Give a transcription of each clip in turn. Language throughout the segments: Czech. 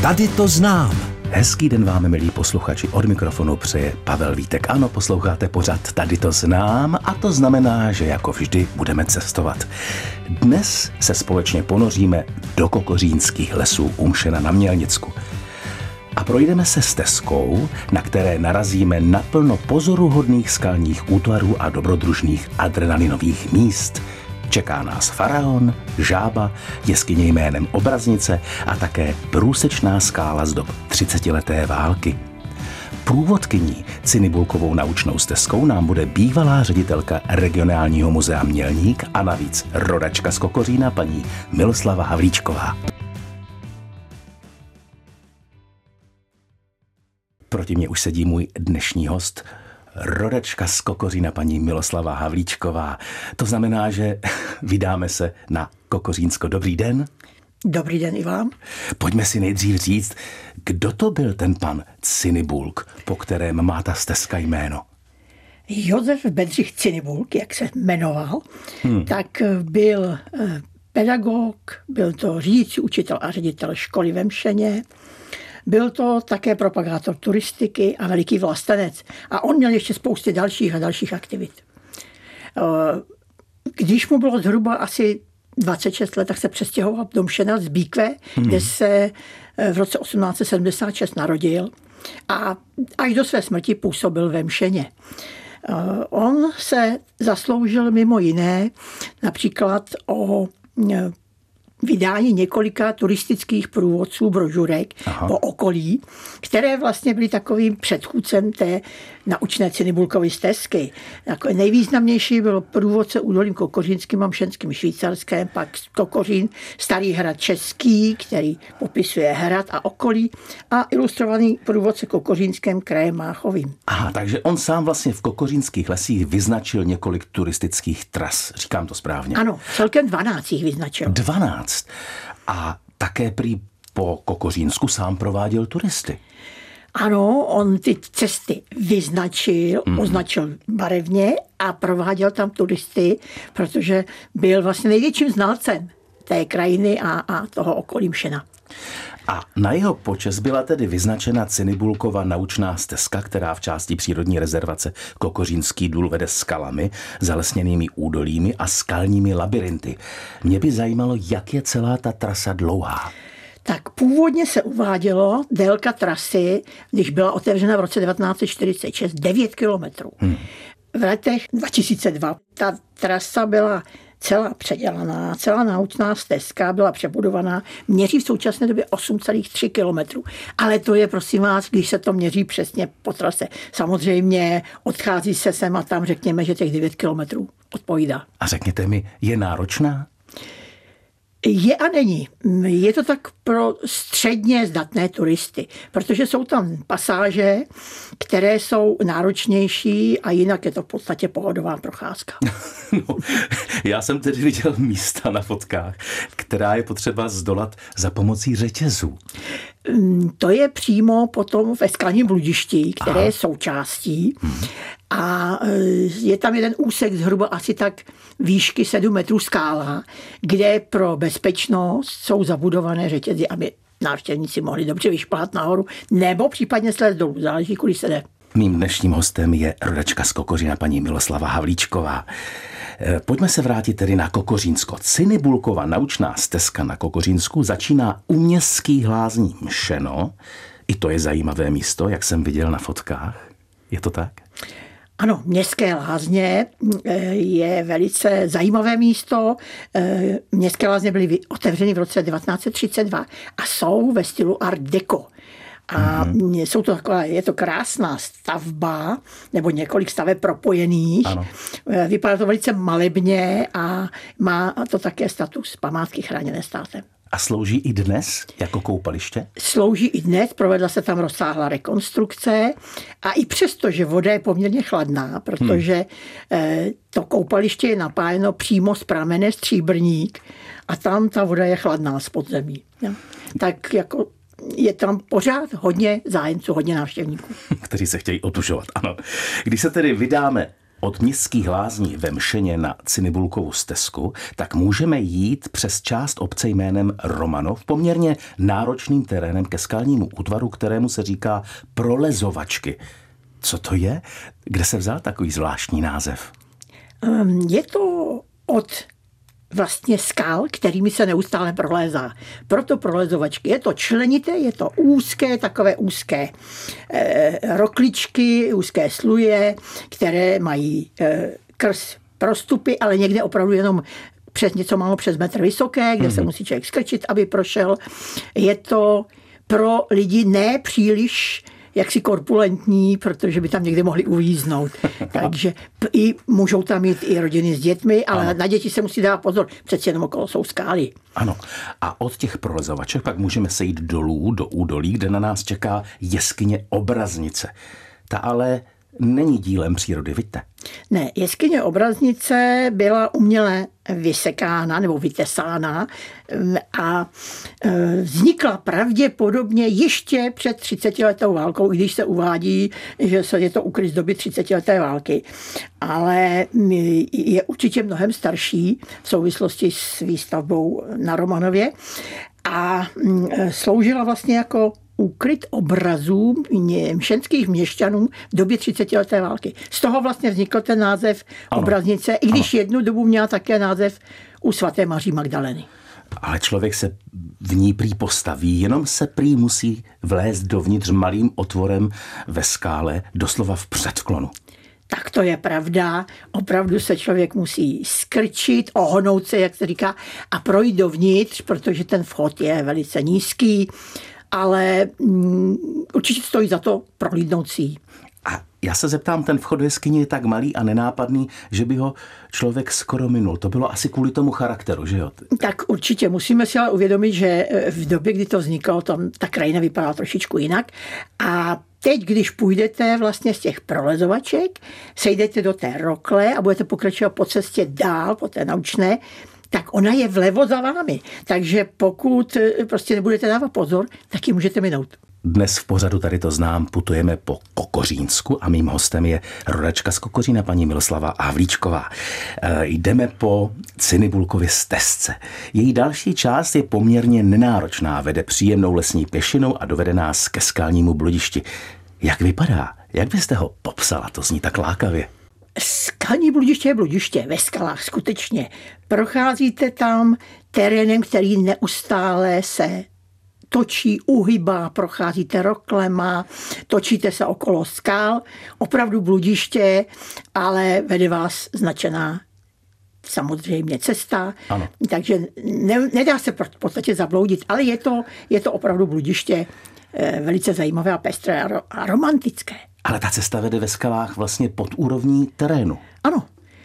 Tady to znám. Hezký den vám, milí posluchači, od mikrofonu přeje Pavel Vítek. Ano, posloucháte pořad Tady to znám a to znamená, že jako vždy budeme cestovat. Dnes se společně ponoříme do kokořínských lesů u Mšena na Mělnicku. A projdeme se stezkou, na které narazíme na plno pozoruhodných skalních útvarů a dobrodružných adrenalinových míst. Čeká nás faraon, žába, jeskyně jménem Obraznice a také průsečná skála z dob 30leté války. Průvodkyní Cinibulkovou naučnou stezkou nám bude bývalá ředitelka regionálního muzea Mělník a navíc rodačka z Kokořína paní Miloslava Havlíčková. Proti mě už sedí můj dnešní host, rodačka z Kokořína paní Miloslava Havlíčková. To znamená, že vydáme se na Kokořínsko. Dobrý den. Dobrý den i vám. Pojďme si nejdřív říct, kdo to byl ten pan Cinibulk, po kterém má ta stezka jméno? Josef Bedřich Cinibulk, jak se jmenoval, tak byl pedagog, byl to řídící učitel a ředitel školy ve Mšeně. Byl to také propagátor turistiky a veliký vlastenec. A on měl ještě spousty dalších aktivit. Když mu bylo zhruba asi 26 let, tak se přestěhoval do Mšena z Bíkve, kde se v roce 1876 narodil a až do své smrti působil ve Mšeně. On se zasloužil mimo jiné například o vydání několika turistických průvodců, brožurek po okolí, které vlastně byly takovým předchůdcem té naučné Cinibulkovy stezky. Jako nejvýznamnější byl průvodce údolím kokořínským a mšenským Švýcarském, pak Kokořín, Starý hrad český, který popisuje hrad a okolí, a ilustrovaný průvodce Kokořínském krajem Máchovým. Aha, takže on sám vlastně v kokořínských lesích vyznačil několik turistických tras. Říkám to správně? Ano, celkem 12 jich vyznačil. 12. A také prý po Kokořínsku sám prováděl turisty. Ano, on ty cesty vyznačil, označil barevně a prováděl tam turisty, protože byl vlastně největším znalcem té krajiny a toho okolí Mšena. A na jeho počest byla tedy vyznačena Cinibulkova naučná stezka, která v části přírodní rezervace Kokořínský důl vede skalami, zalesněnými údolími a skalními labirinty. Mě by zajímalo, jak je celá ta trasa dlouhá. Tak původně se uvádělo délka trasy, když byla otevřena v roce 1946, 9 kilometrů. V letech 2002 ta trasa byla celá předělaná, celá naučná stezka byla přebudovaná, měří v současné době 8,3 kilometrů. Ale to je, prosím vás, když se to měří přesně po trase. Samozřejmě odchází se sem a tam, řekněme, že těch 9 kilometrů odpovídá. A řekněte mi, je náročná? Je a není. Je to tak pro středně zdatné turisty, protože jsou tam pasáže, které jsou náročnější a jinak je to v podstatě pohodová procházka. No, já jsem tedy viděl místa na fotkách, která je potřeba zdolat za pomocí řetězů. To je přímo potom ve skalním bludišti, které je součástí. A je tam jeden úsek zhruba asi tak výšky 7 metrů skála, kde pro bezpečnost jsou zabudované řetězy, aby návštěvníci mohli dobře vyšplhat nahoru nebo případně slést dolů, záleží, kudy se jde. Mým dnešním hostem je rodačka z Kokořína paní Miloslava Havlíčková. Pojďme se vrátit tedy na Kokořínsko. Cinibulkova naučná stezka na Kokořínsku začíná u Městských lázní Mšeno. I to je zajímavé místo, jak jsem viděl na fotkách. Je to tak? Ano, Městské lázně je velice zajímavé místo. Městské lázně byly otevřeny v roce 1932 a jsou ve stylu Art Deco. A jsou to taková, je to krásná stavba, nebo několik staveb propojených. Ano. Vypadá to velice malebně a má to také status památky chráněné státem. A slouží i dnes jako koupaliště? Slouží i dnes, provedla se tam rozsáhlá rekonstrukce a i přesto, že voda je poměrně chladná, protože to koupaliště je napájeno přímo z pramene Stříbrník a tam ta voda je chladná z podzemí. Ja. Tak jako je tam pořád hodně zájemců, hodně návštěvníků. Kteří se chtějí otužovat, ano. Když se tedy vydáme od městských lázní ve Mšeně na Cinibulkovu stezku, tak můžeme jít přes část obce jménem Romanov, poměrně náročným terénem ke skalnímu útvaru, kterému se říká Prolezovačky. Co to je? Kde se vzal takový zvláštní název? Je to od vlastně skal, kterými se neustále prolézá. Proto prolezovačky. Je to členité, je to úzké, takové úzké rokličky, úzké sluje, které mají krz prostupy, ale někde opravdu jenom přes něco málo přes metr vysoké, kde se musí člověk skrčit, aby prošel. Je to pro lidi ne příliš jaksi korpulentní, protože by tam někde mohli uvíznout. Takže i můžou tam mít i rodiny s dětmi, ale ano. Na děti se musí dávat pozor. Přeci jenom okolo jsou skály. Ano. A od těch prolezovaček pak můžeme sejít dolů do údolí, kde na nás čeká jeskyně Obraznice. Ta ale není dílem přírody, vidíte? Ne, jeskyně Obraznice byla uměle vysekána nebo vytesána a vznikla pravděpodobně ještě před 30letou válkou, i když se uvádí, že je to ukryt z doby 30leté války. Ale je určitě mnohem starší v souvislosti s výstavbou na Romanově a sloužila vlastně jako úkryt obrazů mšenských měšťanů v době 30leté války. Z toho vlastně vznikl ten název Obraznice, i když jednu dobu měla také název u svaté Maří Magdaleny. Ale člověk se v ní prý postaví, jenom se prý musí vlézt dovnitř malým otvorem ve skále, doslova v předklonu. Tak to je pravda. Opravdu se člověk musí skrčit, ohnout se, jak se říká, a projít dovnitř, protože ten vchod je velice nízký, ale určitě stojí za to prolídnout si. A já se zeptám, ten vchod do jeskyně je tak malý a nenápadný, že by ho člověk skoro minul. To bylo asi kvůli tomu charakteru, že jo? Tak určitě. Musíme si ale uvědomit, že v době, kdy to vzniklo, tam ta krajina vypadala trošičku jinak. A teď, když půjdete vlastně z těch prolezovaček, sejdete do té rokle a budete pokračovat po cestě dál, po té naučné, tak ona je vlevo za vámi. Takže pokud prostě nebudete dávat pozor, tak ji můžete minout. Dnes v pořadu Tady to znám putujeme po Kokořínsku a mým hostem je rodačka z Kokořína paní Miloslava Havlíčková. Jdeme po Cinibulkově stezce. Její další část je poměrně nenáročná, vede příjemnou lesní pěšinou a dovede nás ke skalnímu bludišti. Jak vypadá? Jak byste ho popsala? To zní tak lákavě. Skalní bludiště je bludiště ve skalách, skutečně. Procházíte tam terénem, který neustále se točí, uhybá, procházíte roklema, točíte se okolo skal, opravdu bludiště, ale vede vás značená samozřejmě cesta, ano. Takže nedá se v podstatě zabloudit, ale je to opravdu bludiště velice zajímavé a pestré a romantické. Ale ta cesta vede ve skalách vlastně pod úrovní terénu. Ano.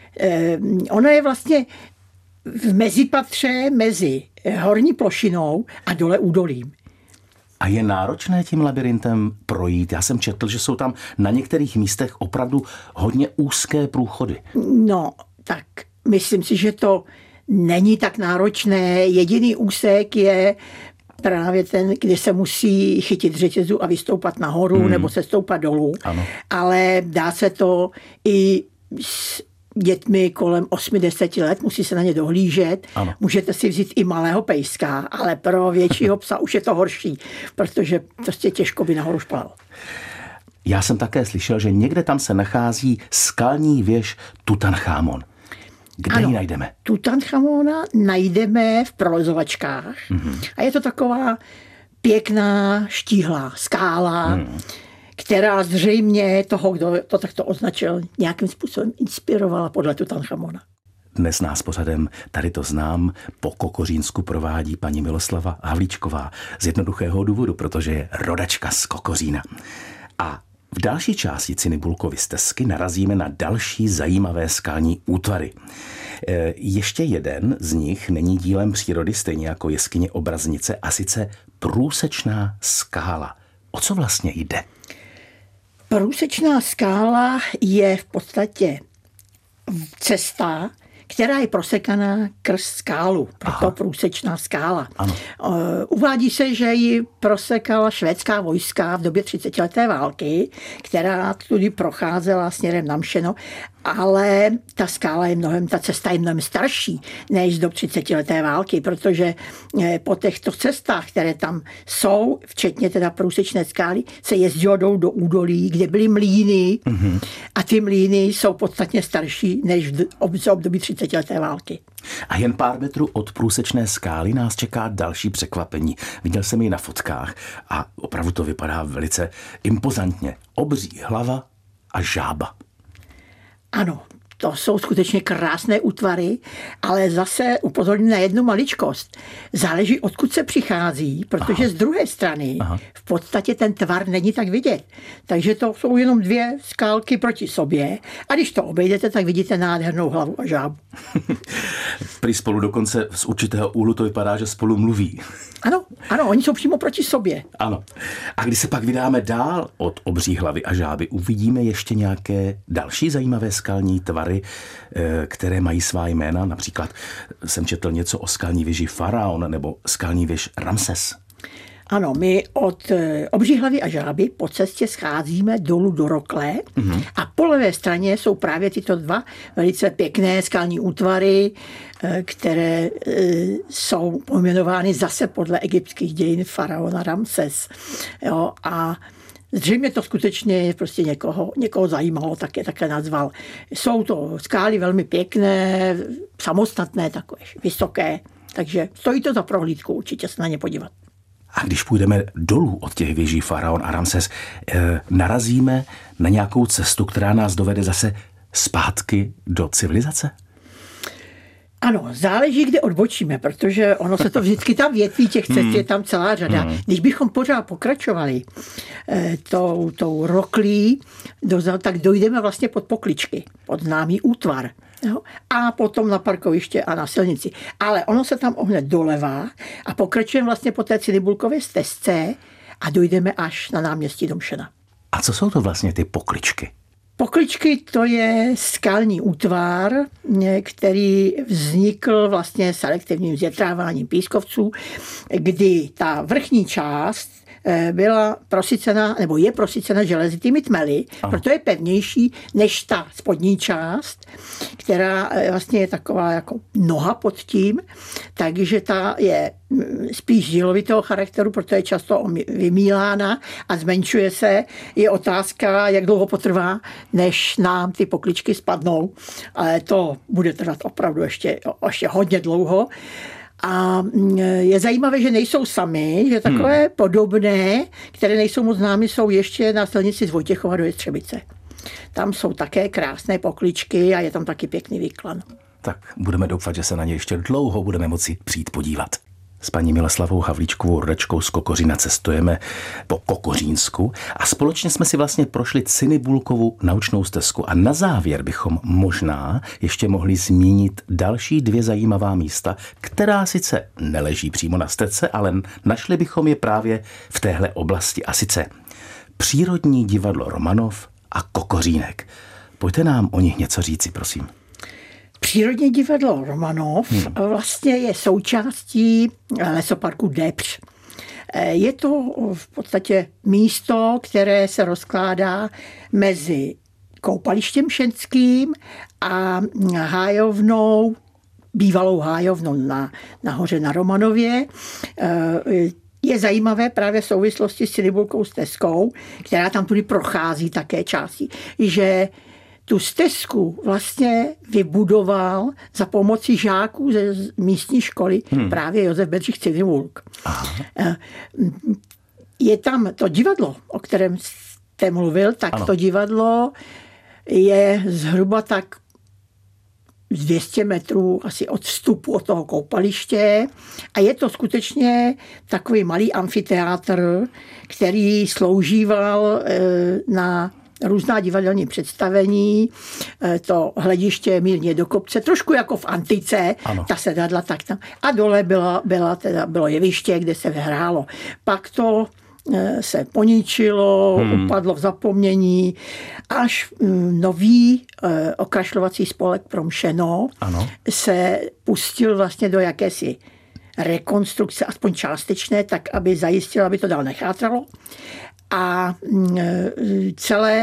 Ono je vlastně v mezipatře mezi horní plošinou a dole údolím. A je náročné tím labirintem projít? Já jsem četl, že jsou tam na některých místech opravdu hodně úzké průchody. No, tak myslím si, že to není tak náročné. Jediný úsek je právě ten, kde se musí chytit řetězu a vystoupat nahoru nebo se stoupat dolů. Ano. Ale dá se to i s dětmi kolem 8-10 let, musí se na ně dohlížet. Ano. Můžete si vzít i malého pejska, ale pro většího psa už je to horší, protože prostě těžko by nahoru šplal. Já jsem také slyšel, že někde tam se nachází skalní věž Tutanchamon. Kde ji najdeme? Tutanchamona najdeme v prolezovačkách. A je to taková pěkná, štíhlá skála, která zřejmě toho, kdo to takto označil, nějakým způsobem inspirovala podle Tutanchamona. Dnes nás pořadem Tady to znám po Kokořínsku provádí paní Miloslava Havlíčková z jednoduchého důvodu, protože je rodačka z Kokořína. A v další části Cinibulkovy stezky narazíme na další zajímavé skalní útvary. Ještě jeden z nich není dílem přírody, stejně jako jeskyně Obraznice, a sice Průsečná skála. O co vlastně jde? Průsečná skála je v podstatě cesta, která je prosekaná krz skálu, proto Průsečná skála. Ano. Uvádí se, že ji prosekala švédská vojska v době 30leté války, která tudy procházela směrem na Mšeno ale ta cesta je mnohem starší než do 30leté války, protože po těchto cestách, které tam jsou, včetně teda průsečné skály, se jezdilo do údolí, kde byly mlýny a ty mlýny jsou podstatně starší než v období 30leté války. A jen pár metrů od průsečné skály nás čeká další překvapení. Viděl jsem ji na fotkách a opravdu to vypadá velice impozantně. Obří hlava a žába. Ano, to jsou skutečně krásné útvary, ale zase upozorním na jednu maličkost. Záleží, odkud se přichází, protože z druhé strany v podstatě ten tvar není tak vidět. Takže to jsou jenom dvě skálky proti sobě a když to obejdete, tak vidíte nádhernou hlavu a žábu. Prý spolu dokonce z určitého úhlu to vypadá, že spolu mluví. Ano, oni jsou přímo proti sobě. Ano. A když se pak vydáme dál od obří hlavy a žáby, uvidíme ještě nějaké další zajímavé skalní tvary, které mají svá jména. Například jsem četl něco o skalní věži Faraon nebo skalní věž Ramses. Ano, my od obří hlavy a žáby po cestě scházíme dolů do Rokle a po levé straně jsou právě tyto dva velice pěkné skalní útvary, které jsou pojmenovány zase podle egyptských dějin faraona Ramses. Jo, a zřejmě to skutečně prostě někoho zajímalo, tak je také nazval. Jsou to skály velmi pěkné, samostatné, takové vysoké, takže stojí to za prohlídku, určitě se na ně podívat. A když půjdeme dolů od těch věží Faraon a Ramses, narazíme na nějakou cestu, která nás dovede zase zpátky do civilizace? Ano, záleží, kde odbočíme, protože ono se to vždycky tam větví, těch cest je tam celá řada. Když bychom pořád pokračovali tou Roklí, tak dojdeme vlastně pod Pokličky, pod známý útvar. Jo? A potom na parkoviště a na silnici. Ale ono se tam ohne doleva a pokračujeme vlastně po té Cinibulkově stezce a dojdeme až na náměstí Domšena. A co jsou to vlastně ty Pokličky? Pokličky to je skalní útvar, který vznikl vlastně selektivním zjetráváním pískovců, kdy ta vrchní část byla prosycena, nebo je prosycena železitými tmely, proto je pevnější než ta spodní část, která vlastně je taková jako noha pod tím, takže ta je spíš žilovitého charakteru, proto je často vymílána a zmenšuje se. Je otázka, jak dlouho potrvá, než nám ty pokličky spadnou, ale to bude trvat opravdu ještě hodně dlouho. A je zajímavé, že nejsou sami, že takové podobné, které nejsou moc známy, jsou ještě na silnici z Vojtěchova do Jestřebice. Tam jsou také krásné pokličky a je tam taky pěkný výklan. Tak budeme doufat, že se na ně ještě dlouho budeme moci přijít podívat. S paní Miloslavou Havlíčkovou Rudečkou z Kokořína cestujeme po Kokořínsku a společně jsme si vlastně prošli Cinibulkovu naučnou stezku a na závěr bychom možná ještě mohli zmínit další dvě zajímavá místa, která sice neleží přímo na stezce, ale našli bychom je právě v téhle oblasti a sice Přírodní divadlo Romanov a Kokořínek. Pojďte nám o nich něco říci, prosím. Přírodní divadlo Romanov vlastně je součástí lesoparku Depř. Je to v podstatě místo, které se rozkládá mezi koupalištěm Šenským a hájovnou, bývalou hájovnou nahoře na Romanově. Je zajímavé právě v souvislosti s Cinibulkou stezkou, která tam tudy prochází také části, že tu stezku vlastně vybudoval za pomoci žáků ze místní školy právě Josef Bedřich Cinibulk. Je tam to divadlo, o kterém jste mluvil, tak ano. To divadlo je zhruba tak 200 metrů asi od vstupu od toho koupaliště a je to skutečně takový malý amfiteátr, který sloužíval na různá divadelní představení, to hlediště je mírně do kopce, trošku jako v antice, ano. Ta sedadla tak tam. A dole bylo jeviště, kde se hrálo. Pak to se poničilo, upadlo v zapomnění, až nový okrašlovací spolek Promšeno se pustil vlastně do jakési rekonstrukce, aspoň částečné, tak aby zajistil, aby to dál nechátralo. A celé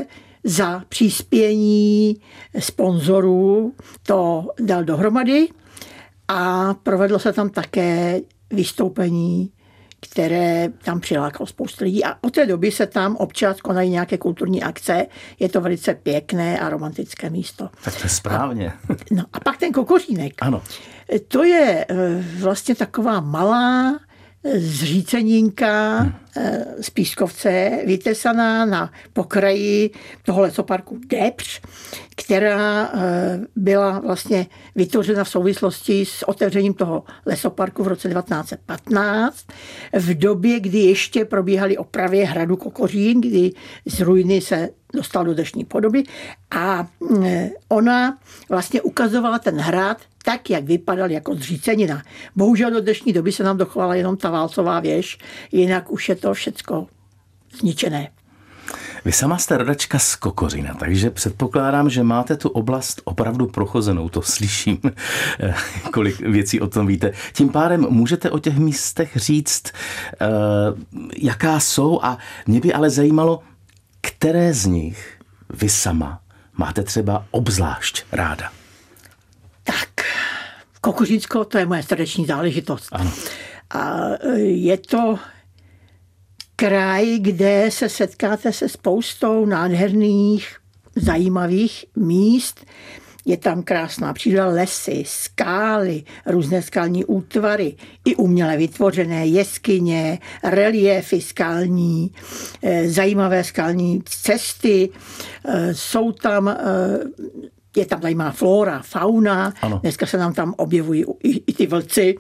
za příspění sponzorů to dal dohromady a provedlo se tam také vystoupení, které tam přilákalo spoustu lidí. A od té doby se tam občas konají nějaké kulturní akce. Je to velice pěkné a romantické místo. Tak to je správně. A pak ten Kokořínek. Ano. To je vlastně taková malá zříceninka z pískovce, vytesaná na pokraji toho lesoparku Depř, která byla vlastně vytvořena v souvislosti s otevřením toho lesoparku v roce 1915, v době, kdy ještě probíhaly opravy hradu Kokořín, kdy z ruiny se dostal do dnešní podoby a ona vlastně ukazovala ten hrad tak, jak vypadal jako zřícenina. Bohužel do dnešní doby se nám dochovala jenom ta válcová věž, jinak už je to všecko zničené. Vy sama jste rodačka z Kokořína, takže předpokládám, že máte tu oblast opravdu prochozenou, to slyším, kolik věcí o tom víte. Tím pádem můžete o těch místech říct, jaká jsou, a mě by ale zajímalo, které z nich vy sama máte třeba obzvlášť ráda. Tak, Kokořínsko, to je moje srdeční záležitost. Ano. A je to kraj, kde se setkáte se spoustou nádherných, zajímavých míst. Je tam krásná příroda, lesy, skály, různé skalní útvary, i uměle vytvořené jeskyně, reliéfy skalní, zajímavé skalní cesty. Jsou tam, je tam zajímavá flora, fauna. Ano. Dneska se nám tam objevují i ty vlci.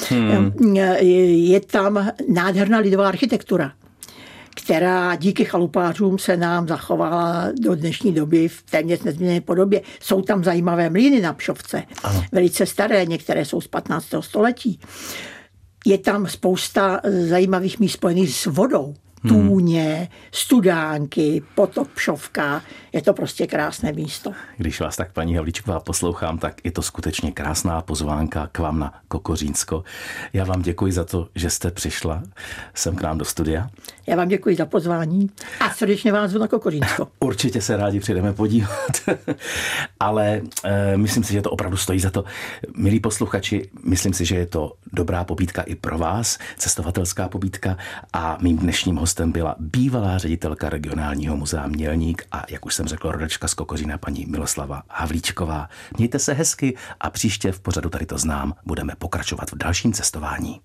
Je tam nádherná lidová architektura, která díky chalupářům se nám zachovala do dnešní doby v téměř nezměněné podobě. Jsou tam zajímavé mlýny na Pšovce, ano. Velice staré, některé jsou z 15. století. Je tam spousta zajímavých míst spojených s vodou. Tůně, Studánky, potok Pšovka. Je to prostě krásné místo. Když vás tak, paní Havlíčková, poslouchám, tak je to skutečně krásná pozvánka k vám na Kokořínsko. Já vám děkuji za to, že jste přišla sem k nám do studia. Já vám děkuji za pozvání a srdečně vás zvu na Kokořínsko. Určitě se rádi přijdeme podívat, ale myslím si, že to opravdu stojí za to. Milí posluchači, myslím si, že je to dobrá pobídka i pro vás, cestovatelská pobídka, a mým dnešním hostem byla bývalá ředitelka regionálního muzea Mělník a, jak už jsem řekl, rodačka z Kokořína paní Miloslava Havlíčková. Mějte se hezky a příště v pořadu Tady to znám budeme pokračovat v dalším cestování.